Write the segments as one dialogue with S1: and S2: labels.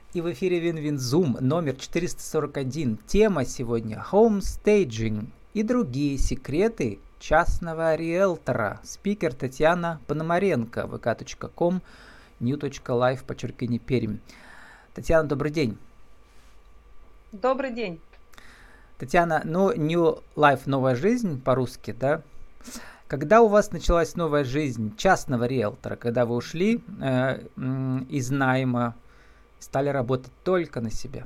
S1: И в эфире Вин-Вин-Зум номер 441. Тема сегодня «Homestaging и другие секреты частного риэлтора». Спикер Татьяна Пономаренко, vk.com, new.life, Пермь. Татьяна, добрый день.
S2: Добрый день.
S1: Татьяна, New Life, новая жизнь по-русски, да? Когда у вас началась новая жизнь частного риэлтора, когда вы ушли из найма, стали работать только на себя?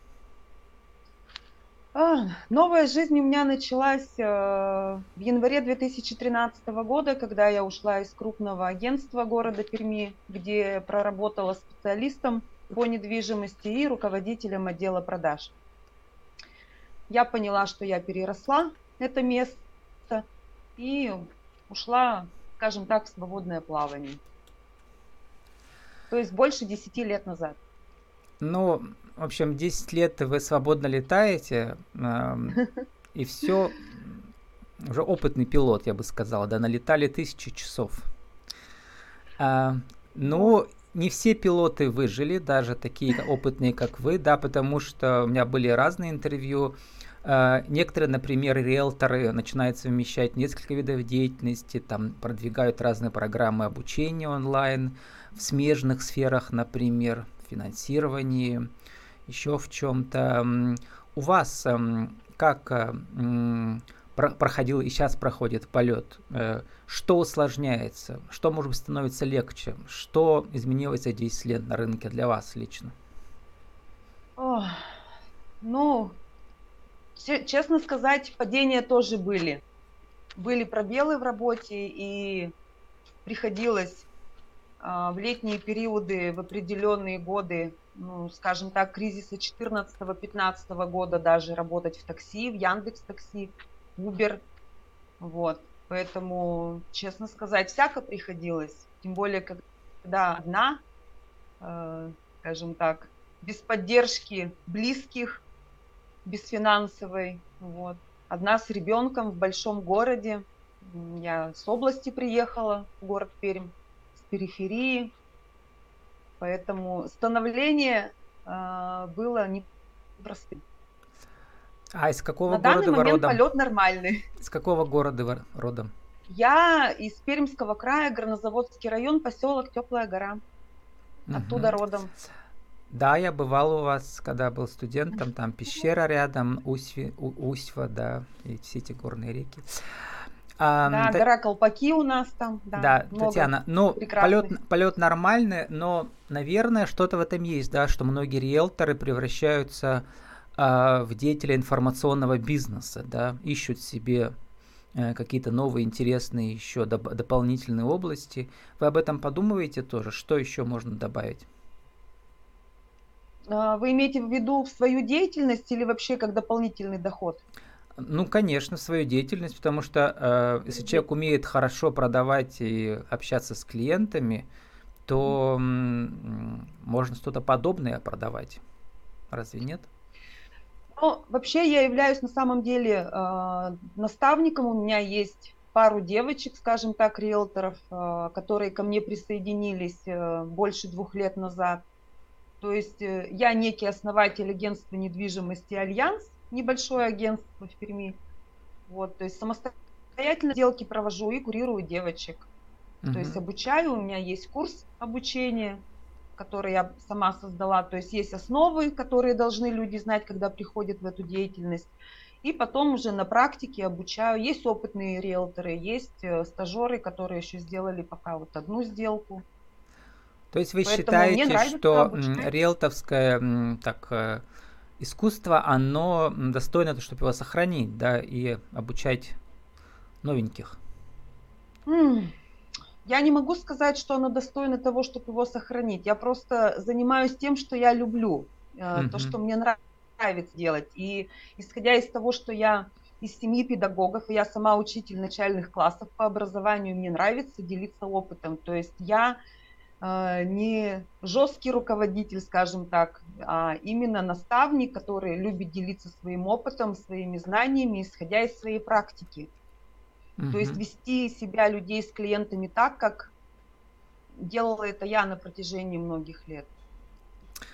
S2: Новая жизнь у меня началась в январе 2013 года, когда я ушла из крупного агентства города Перми, где проработала специалистом по недвижимости и руководителем отдела продаж. Я поняла, что я переросла это место и ушла, скажем так, в свободное плавание. То есть больше 10 лет назад.
S1: Ну, в общем, 10 лет вы свободно летаете, и все, уже опытный пилот, я бы сказала, да, налетали 1000 часов. Ну, не все пилоты выжили, даже такие опытные, как вы, да, потому что у меня были разные интервью. Некоторые, например, риэлторы начинают совмещать несколько видов деятельности, там продвигают разные программы обучения онлайн в смежных сферах, например, финансировании, еще в чем-то. У вас как проходил и сейчас проходит полет? Что усложняется? Что, может быть, становится легче? Что изменилось за 10 лет на рынке для вас лично?
S2: Честно сказать, падения тоже были. Были пробелы в работе, и приходилось в летние периоды, в определенные годы, скажем так, кризиса 2014-2015 года даже работать в такси, в Яндекс.Такси, Uber. Вот. Поэтому, честно сказать, всяко приходилось. Тем более, когда одна, скажем так, без поддержки близких, без финансовой. Вот. Одна с ребенком в большом городе. Я с области приехала в город Пермь, с периферии. Поэтому становление было непростым.
S1: А из какого
S2: На данный
S1: города вы
S2: момент
S1: родом?
S2: полет нормальный.
S1: Из какого города вы родом?
S2: Я из Пермского края, Горнозаводский район, поселок Теплая гора. Оттуда родом.
S1: Да, я бывал у вас, когда был студентом, там пещера рядом, Усьва, да, и все эти горные реки.
S2: Да, гора Колпаки у нас там,
S1: да, Татьяна, полет нормальный, но, наверное, что-то в этом есть, да, что многие риэлторы превращаются в деятеля информационного бизнеса, да, ищут себе какие-то новые интересные еще дополнительные области. Вы об этом подумываете тоже? Что еще можно добавить?
S2: Вы имеете в виду в свою деятельность или вообще как дополнительный доход?
S1: Ну, конечно, свою деятельность, потому что если человек умеет хорошо продавать и общаться с клиентами, то можно что-то подобное продавать. Разве нет?
S2: Ну, вообще я являюсь на самом деле наставником. У меня есть пару девочек, скажем так, риэлторов, которые ко мне присоединились больше 2 лет назад. То есть я некий основатель агентства недвижимости «Альянс», небольшое агентство в Перми. Вот, то есть самостоятельно сделки провожу и курирую девочек. То есть обучаю, у меня есть курс обучения, который я сама создала. То есть есть основы, которые должны люди знать, когда приходят в эту деятельность. И потом уже на практике обучаю. Есть опытные риэлторы, есть стажеры, которые еще сделали пока вот одну сделку.
S1: То есть вы считаете, что риэлторское искусство, оно достойно, чтобы его сохранить, да, и обучать новеньких?
S2: Я не могу сказать, что оно достойно того, чтобы его сохранить. Я просто занимаюсь тем, что я люблю, то, что мне нравится делать. И исходя из того, что я из семьи педагогов, и я сама учитель начальных классов по образованию, мне нравится делиться опытом. То есть я не жесткий руководитель, скажем так, а именно наставник, который любит делиться своим опытом, своими знаниями, исходя из своей практики. То есть вести себя, людей с клиентами так, как делала это я на протяжении многих лет.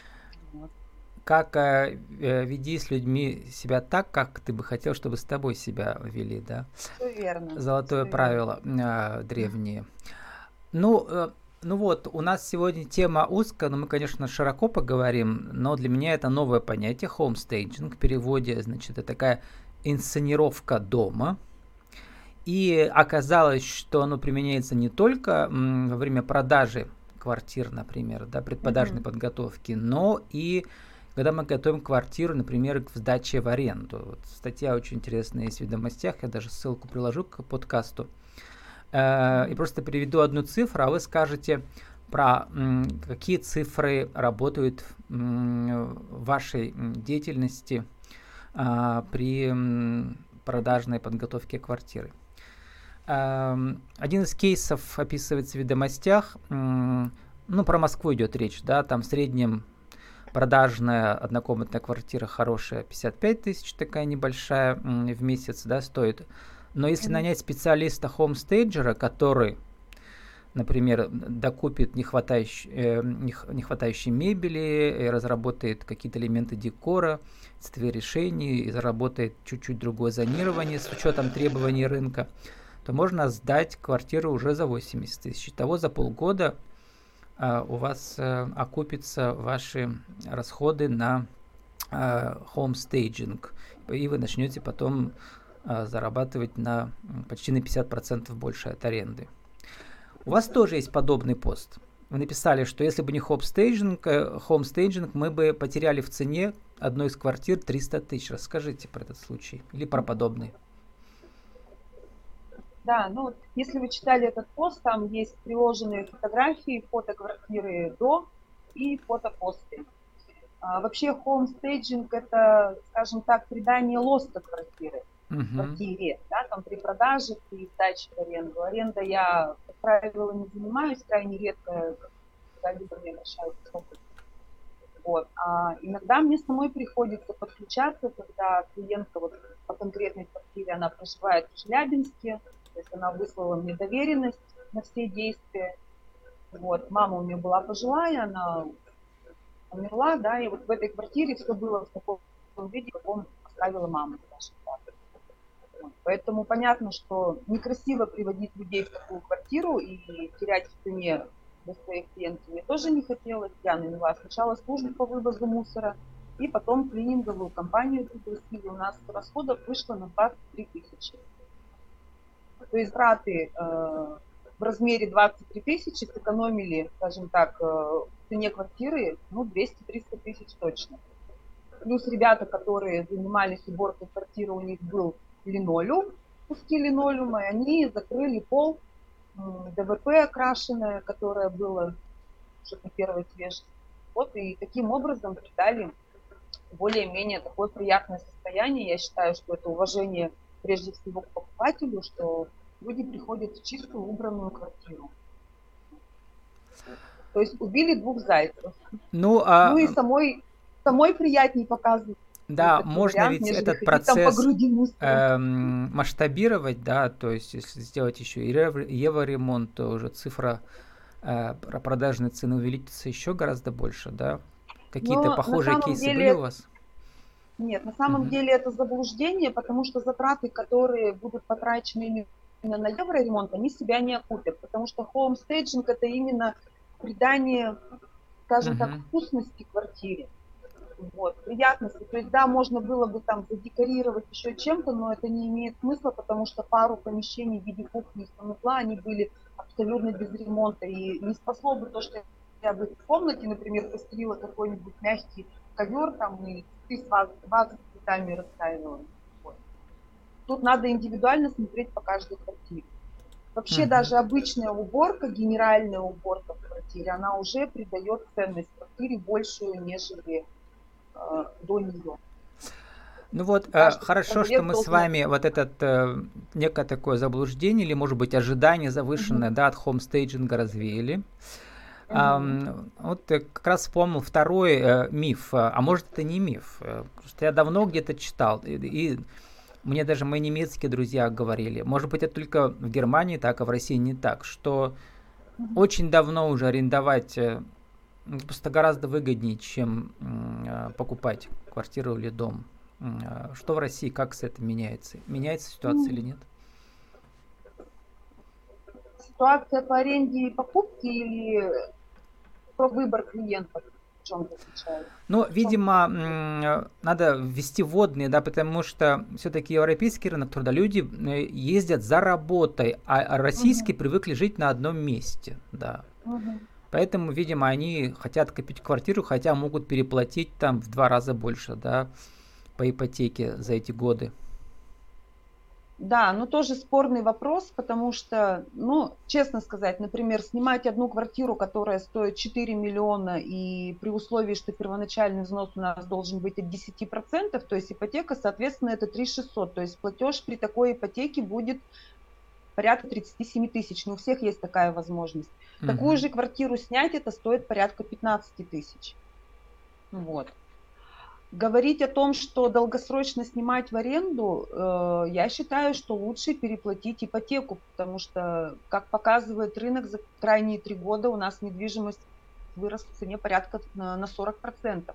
S2: Вот.
S1: Как веди с людьми себя так, как ты бы хотел, чтобы с тобой себя вели, да?
S2: Все верно,
S1: Золотое
S2: все верно.
S1: правило древнее. Ну, ну вот, у нас сегодня тема узкая, но мы, конечно, широко поговорим, но для меня это новое понятие, homestaging, в переводе, значит, это такая инсценировка дома. И оказалось, что оно применяется не только во время продажи квартир, например, да, предпродажной
S2: Мгм.
S1: подготовки, но и когда мы готовим квартиру, например, к сдаче в аренду. Вот статья очень интересная есть в «Ведомостях», я даже ссылку приложу к подкасту. И
S2: Мгм.
S1: просто приведу одну цифру, а вы скажете про какие цифры работают в вашей деятельности при продажной подготовке квартиры. Один из кейсов описывается в «Ведомостях». Ну, про Москву идет речь, да, там в среднем продажная однокомнатная квартира хорошая 55 тысяч, такая небольшая в месяц, да, стоит. Но если
S2: Мгм.
S1: нанять специалиста homestager, который, например, докупит нехватающей мебели, и разработает какие-то элементы декора, цветовые решения, и заработает чуть-чуть другое зонирование с учетом требований рынка, то можно сдать квартиру уже за 80 тысяч. Того за полгода у вас окупятся ваши расходы на homestaging, и вы начнете потом зарабатывать почти на 50% больше от аренды. У вас тоже есть подобный пост. Вы написали, что если бы не homestaging, мы бы потеряли в цене одной из квартир 300 тысяч. Расскажите про этот случай или про подобный.
S2: Да, ну вот если вы читали этот пост, там есть приложенные фотографии, фото квартиры до и фото после. Вообще homestaging это, скажем так, придание лоска
S1: Угу.
S2: квартире, да, там при продаже, при сдаче в аренду. Аренда я, как правило, не занимаюсь, крайне редко, когда люди мне обращаются с опытом. Вот. А иногда мне самой приходится подключаться, когда клиентка вот по конкретной квартире, она проживает в Челябинске, то есть она выслала мне доверенность на все действия. Вот. Мама у меня была пожилая, она умерла, да, и вот в этой квартире все было в таком виде, в каком оставила мама, скажем так. Вот. Поэтому понятно, что некрасиво приводить людей в такую квартиру и терять в цене для своих клиентов мне тоже не хотелось. Я наняла сначала службу по вывозу мусора, и потом клининговую компанию пригласили. У нас расходов вышло на 23 тысячи. То есть траты в размере 23 тысячи сэкономили, скажем так, в цене квартиры, ну, 200-300 тысяч точно. Плюс ребята, которые занимались уборкой квартиры, у них был линолеум, куски линолеума, и они закрыли пол, ДВП окрашенное, которое было уже на первой свежести. Вот, и таким образом придали более-менее такое приятное состояние. Я считаю, что это уважение прежде всего к покупателю, что люди приходят в чистую, убранную квартиру. То есть убили двух зайцев.
S1: Ну,
S2: Ну и самой приятнее показывать
S1: да,
S2: такой
S1: можно
S2: вариант,
S1: ведь
S2: нежели
S1: этот
S2: ходить там по
S1: процесс
S2: груди мусора.
S1: масштабировать, да, то есть если сделать еще и евроремонт, то уже цифра продажной цены увеличится еще гораздо больше, да. Какие-то
S2: Но на
S1: похожие
S2: самом
S1: кейсы были у
S2: деле,
S1: вас?
S2: нет, на самом
S1: Мгм.
S2: деле это заблуждение, потому что затраты, которые будут потрачены именно на евроремонт, они себя не окупят, потому что хоумстейджинг это именно придание, скажем так,
S1: Мгм.
S2: вкусности квартире. Вот, приятности. То есть, да, можно было бы там задекорировать еще чем-то, но это не имеет смысла, потому что пару помещений в виде кухни и санузла, они были абсолютно без ремонта. И не спасло бы то, что я бы в комнате, например, постелила какой-нибудь мягкий ковер там и цветы с вазы с цветами расставила. Вот. Тут надо индивидуально смотреть по каждой квартире. Вообще
S1: Мгм.
S2: даже обычная уборка, генеральная уборка в квартире, она уже придает ценность квартире большую, нежели до нее.
S1: Ну вот,
S2: Каждый
S1: хорошо, что
S2: продавец
S1: мы с
S2: должен это
S1: вами вот
S2: понимать.
S1: этот некое такое заблуждение или, может быть, ожидание завышенное,
S2: Мгм.
S1: да, от хомстейджинга развеяли.
S2: Мгм.
S1: Вот я как раз вспомнил второй миф, а может это не миф, потому что я давно где-то читал, и мне даже мои немецкие друзья говорили, может быть это только в Германии так, а в России не так, что
S2: Мгм.
S1: очень давно уже арендовать просто гораздо выгоднее, чем покупать квартиру или дом. Что в России, как с этим меняется? Меняется ситуация или нет?
S2: Ситуация по аренде и покупке или про выбор клиентов? В чем отличается?
S1: Ну, видимо, надо ввести вводные, да, потому что все-таки европейский рынок труда, люди ездят за работой, а российские привыкли жить на одном месте, да. Поэтому, видимо, они хотят купить квартиру, хотя могут переплатить там в 2 раза больше, да, по ипотеке за эти годы.
S2: Да, но тоже спорный вопрос, потому что, ну, честно сказать, например, снимать одну квартиру, которая стоит 4 миллиона, и при условии, что первоначальный взнос у нас должен быть от 10%, то есть ипотека, соответственно, это 3 600, то есть платеж при такой ипотеке будет порядка 37 тысяч, но у всех есть такая возможность. Такую же квартиру снять, это стоит порядка 15 тысяч. Вот. Говорить о том, что долгосрочно снимать в аренду, я считаю, что лучше переплатить ипотеку, потому что, как показывает рынок, за крайние 3 года у нас недвижимость выросла в цене порядка на 40%.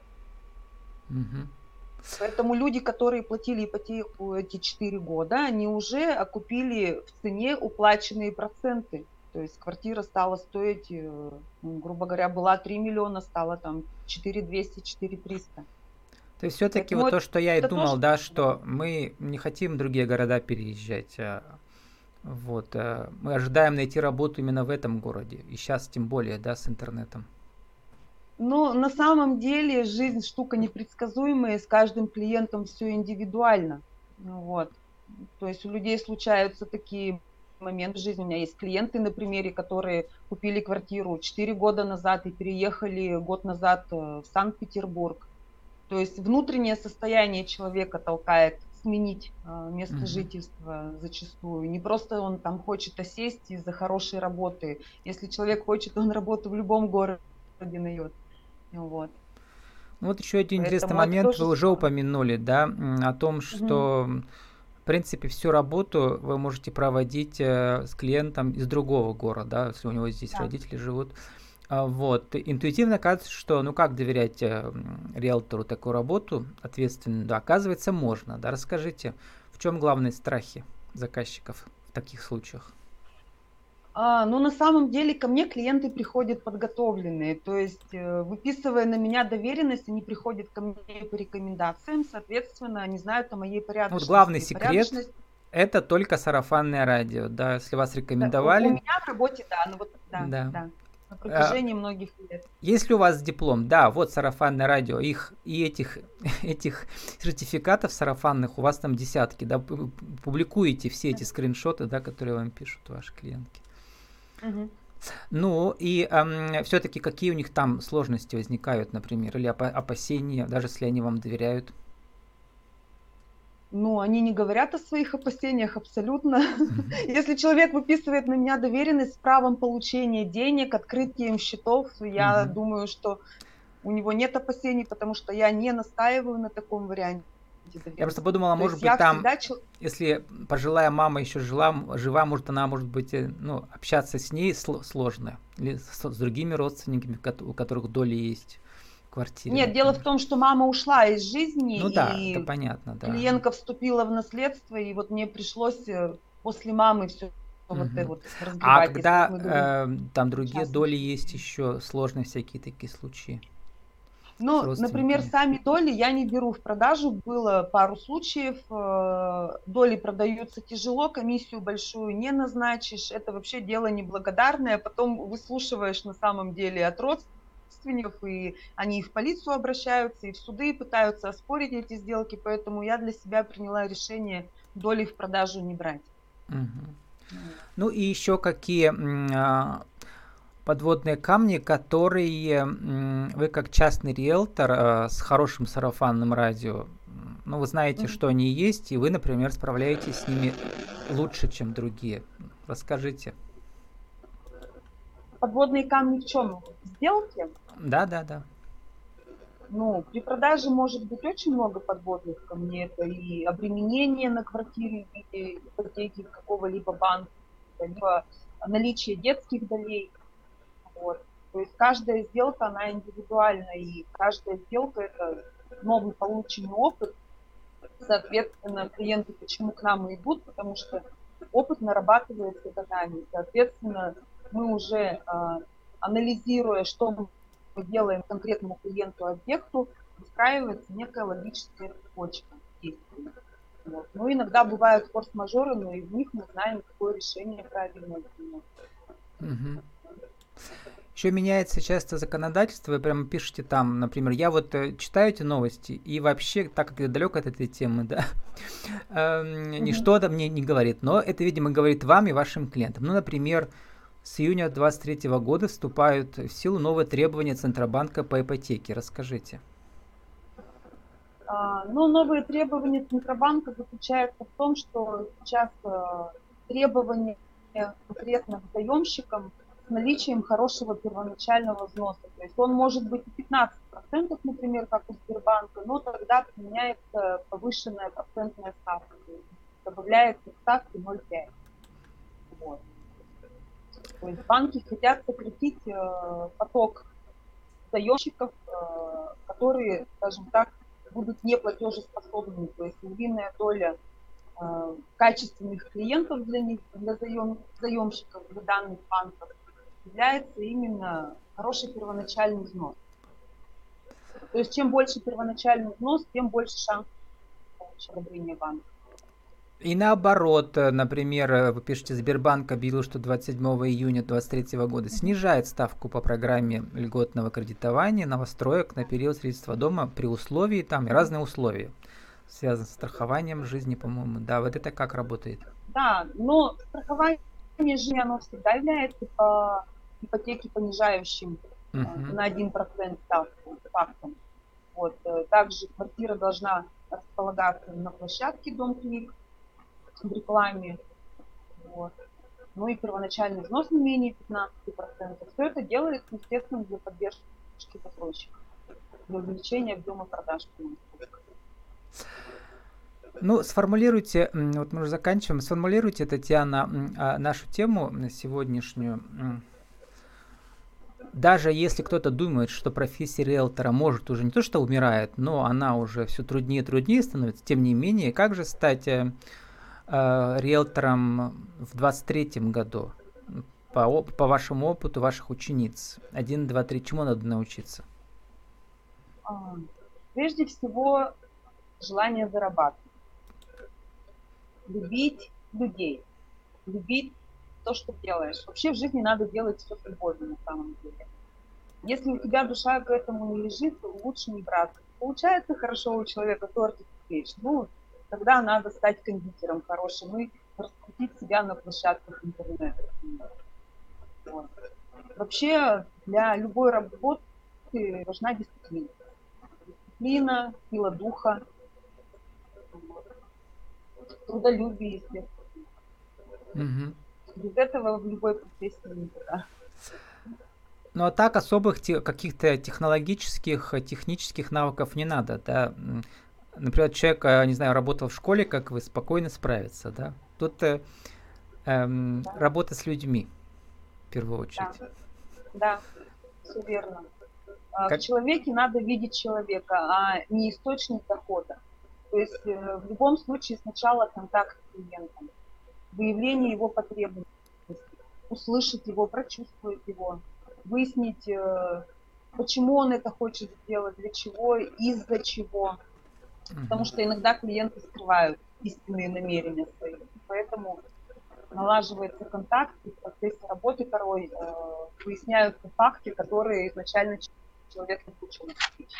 S2: Поэтому люди, которые платили ипотеку эти 4 года, они уже окупили в цене уплаченные проценты. То есть квартира стала стоить, грубо говоря, была 3 миллиона, стала там 4 200, 4 300.
S1: То есть все-таки вот то, что я и думал, да, что мы не хотим в другие города переезжать. Вот, мы ожидаем найти работу именно в этом городе. И сейчас тем более, да, с интернетом.
S2: Ну, на самом деле жизнь штука непредсказуемая, с каждым клиентом все индивидуально. Вот. То есть у людей случаются такие моменты в жизни. У меня есть клиенты на примере, которые купили квартиру 4 года назад и переехали год назад в Санкт-Петербург. То есть внутреннее состояние человека толкает сменить место жительства зачастую. Не просто он там хочет осесть из-за хорошей работы. Если человек хочет, он работу в любом городе найдет. Вот.
S1: Ну, вот еще один интересный момент вы уже упомянули, да, о том, что в принципе всю работу вы можете проводить с клиентом из другого города, да, если у него здесь родители живут. Вот. Интуитивно кажется, что ну как доверять риэлтору такую работу ответственную? Да, оказывается, можно. Да? Расскажите, в чем главные страхи заказчиков в таких случаях?
S2: Ну, на самом деле ко мне клиенты приходят подготовленные, то есть выписывая на меня доверенность, они приходят ко мне по рекомендациям, соответственно, они знают о моей порядочности.
S1: Вот главный секрет – это только сарафанное радио, да, если вас рекомендовали.
S2: У меня в работе, да, ну вот, да. На протяжении многих лет.
S1: Если у вас диплом, да, вот сарафанное радио, этих сертификатов сарафанных у вас там десятки, да, публикуете все эти скриншоты, да, которые вам пишут ваши клиентки. Ну и все-таки какие у них там сложности возникают, например, или опасения, даже если они вам доверяют?
S2: Ну, они не говорят о своих опасениях абсолютно. Если человек выписывает на меня доверенность с правом получения денег, открытием счетов, я думаю, что у него нет опасений, потому что я не настаиваю на таком варианте.
S1: Я просто подумала, может быть, там, если пожилая мама еще жива, может, она, может быть, ну, общаться с ней сложно, или с другими родственниками, у которых доли есть. Квартире.
S2: Нет, дело в том, что мама ушла из жизни,
S1: ну, да, и это понятно, да.
S2: Клиентка вступила в наследство, и вот мне пришлось после мамы все вот это вот разгребать.
S1: А когда там другие доли есть еще, сложные всякие такие случаи?
S2: Ну, например, сами доли я не беру в продажу, было пару случаев, доли продаются тяжело, комиссию большую не назначишь, это вообще дело неблагодарное, потом выслушиваешь на самом деле от родственников, и они и в полицию обращаются, и в суды пытаются оспорить эти сделки, поэтому я для себя приняла решение доли в продажу не брать.
S1: Ну и еще какие подводные камни, которые вы как частный риэлтор с хорошим сарафанным радио, ну вы знаете, что они есть, и вы, например, справляетесь с ними лучше, чем другие. Расскажите.
S2: Подводные камни в чем? Сделки?
S1: Да.
S2: Ну, при продаже может быть очень много подводных камней. Это и обременение на квартире в виде ипотеки какого-либо банка, либо наличие детских долей. Вот. То есть каждая сделка, она индивидуальна, и каждая сделка – это новый полученный опыт. Соответственно, клиенты почему к нам и идут, потому что опыт нарабатывается годами. Соответственно, мы уже, анализируя, что мы делаем конкретному клиенту, объекту, выстраивается некая логическая цепочка действий. Вот. Ну, иногда бывают форс-мажоры, но и в них мы знаем, какое решение правильное принять.
S1: Мгм. Еще меняется часто законодательство, вы прямо пишете там, например, я вот читаю эти новости, и вообще, так как я далек от этой темы, да, ничто это мне не говорит, но это, видимо, говорит вам и вашим клиентам. Ну, например, с июня 2023 года вступают в силу новые требования Центробанка по ипотеке. Расскажите.
S2: Ну, новые требования Центробанка заключаются в том, что сейчас требования конкретно к заемщикам с наличием хорошего первоначального взноса. То есть он может быть и 15%, например, как у Сбербанка, но тогда применяется повышенная процентная ставка. То есть добавляется к ставке 0,5. Вот. То есть банки хотят сократить поток заемщиков, которые, скажем так, будут неплатежеспособными. То есть львиная доля качественных клиентов для них, для заемщиков, для данных банков является именно хороший первоначальный взнос. То есть чем больше первоначальный взнос, тем больше шансов получить одобрение банка.
S1: И наоборот, например, вы пишете, Сбербанк объявил, что 27 июня 2023 года снижает ставку по программе льготного кредитования новостроек на период строительства дома при условии, там разные условия, связаны с страхованием жизни, по-моему. Да, вот это как работает?
S2: Да, но страхование жизни, оно всегда является по ипотеке понижающим на 1% ставку фактом. Вот. Также квартира должна располагаться на площадке Дом-клик, в рекламе. Вот. Ну и первоначальный взнос не менее 15%. Все это делается, естественно, для поддержки застройщика, для увеличения объема продаж.
S1: Ну, сформулируйте, вот мы уже заканчиваем, сформулируйте, Татьяна, нашу тему сегодняшнюю. Даже если кто-то думает, что профессия риэлтора может уже не то что умирает, но она уже все труднее и труднее становится, тем не менее, как же стать риэлтором в 23-м году? По вашему опыту, ваших учениц. 1, 2, 3, чему надо научиться?
S2: Прежде всего, желание зарабатывать. Любить людей. Любить то, что делаешь. Вообще в жизни надо делать все с любовью на самом деле. Если у тебя душа к этому не лежит, то лучше не браться. Получается хорошо у человека тортик печь. Ну, тогда надо стать кондитером хорошим и раскрутить себя на площадках интернета. Вот. Вообще для любой работы важна дисциплина. Дисциплина, сила духа, трудолюбие, естественно. Без этого в любой профессии никуда.
S1: Ну а так особых каких-то технических навыков не надо, да? Например, человек, не знаю, работал в школе, как вы, спокойно справится, да? Тут работа с людьми, в первую очередь.
S2: Да, все верно. В человеке надо видеть человека, а не источник дохода. То есть в любом случае сначала контакт с клиентом, выявление его потребностей, услышать его, прочувствовать его, выяснить, почему он это хочет сделать, для чего, из-за чего. Потому что иногда клиенты скрывают истинные намерения свои. Поэтому налаживается контакт, и в процессе работы порой выясняются факты, которые изначально человек не хочет услышать.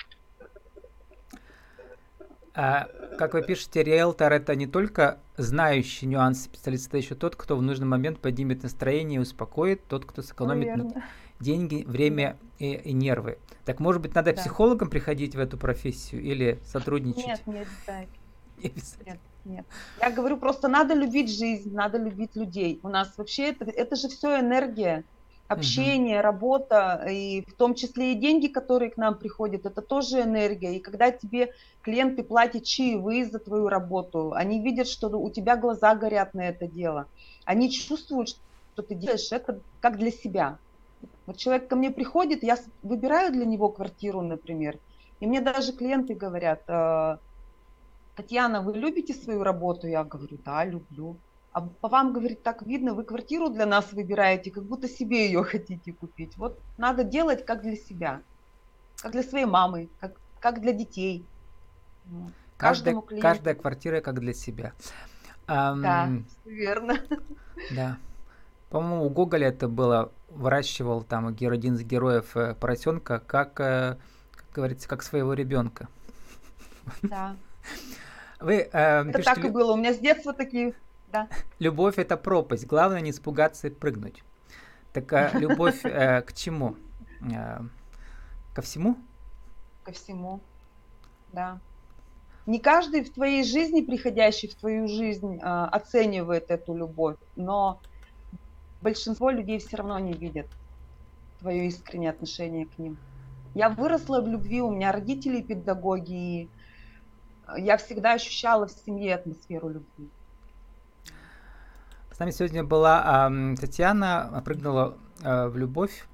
S1: Как вы пишете, риэлтор — это не только знающий нюансы специалист, это еще тот, кто в нужный момент поднимет настроение и успокоит, тот, кто сэкономит деньги, время и нервы. Так, может быть, надо психологом приходить в эту профессию или сотрудничать?
S2: Нет, не обязательно. Нет. Я говорю, просто надо любить жизнь, надо любить людей. У нас вообще это же все энергия. Общение, работа, и в том числе и деньги, которые к нам приходят, это тоже энергия. И когда тебе клиенты платят чаевые за твою работу, они видят, что у тебя глаза горят на это дело. Они чувствуют, что ты делаешь это как для себя. Вот человек ко мне приходит, я выбираю для него квартиру, например, и мне даже клиенты говорят: Татьяна, вы любите свою работу? Я говорю: да, люблю. А по вам, говорит, так видно, вы квартиру для нас выбираете, как будто себе ее хотите купить. Вот надо делать как для себя, как для своей мамы, как для детей. Вот. Каждому
S1: Каждая
S2: клиенту.
S1: квартира как для себя.
S2: Да,
S1: Ам,
S2: всё верно.
S1: да. По-моему, у Гоголя это было, выращивал там один из героев поросенка, как говорится, как своего ребенка.
S2: Да,
S1: Вы
S2: это
S1: пишете,
S2: так и было. У меня с детства такие, да,
S1: любовь это пропасть, главное не испугаться и прыгнуть. Так любовь к чему? Э, ко всему?
S2: ко всему, да. Не каждый в твоей жизни, приходящий в твою жизнь, оценивает эту любовь, но большинство людей все равно не видят твое искреннее отношение к ним. Я выросла в любви, у меня родители педагоги, и я всегда ощущала в семье атмосферу любви.
S1: С нами сегодня была Татьяна, прыгнула в любовь,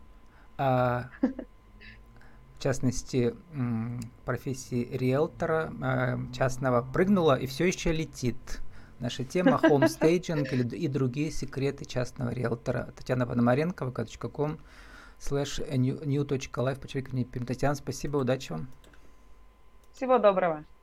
S1: в частности, профессии риэлтора частного, прыгнула и все еще летит. Наша тема homestaging и другие секреты частного риэлтора. Татьяна Пономаренко, vk.com/new.life. Татьяна, спасибо, удачи вам.
S2: Всего доброго.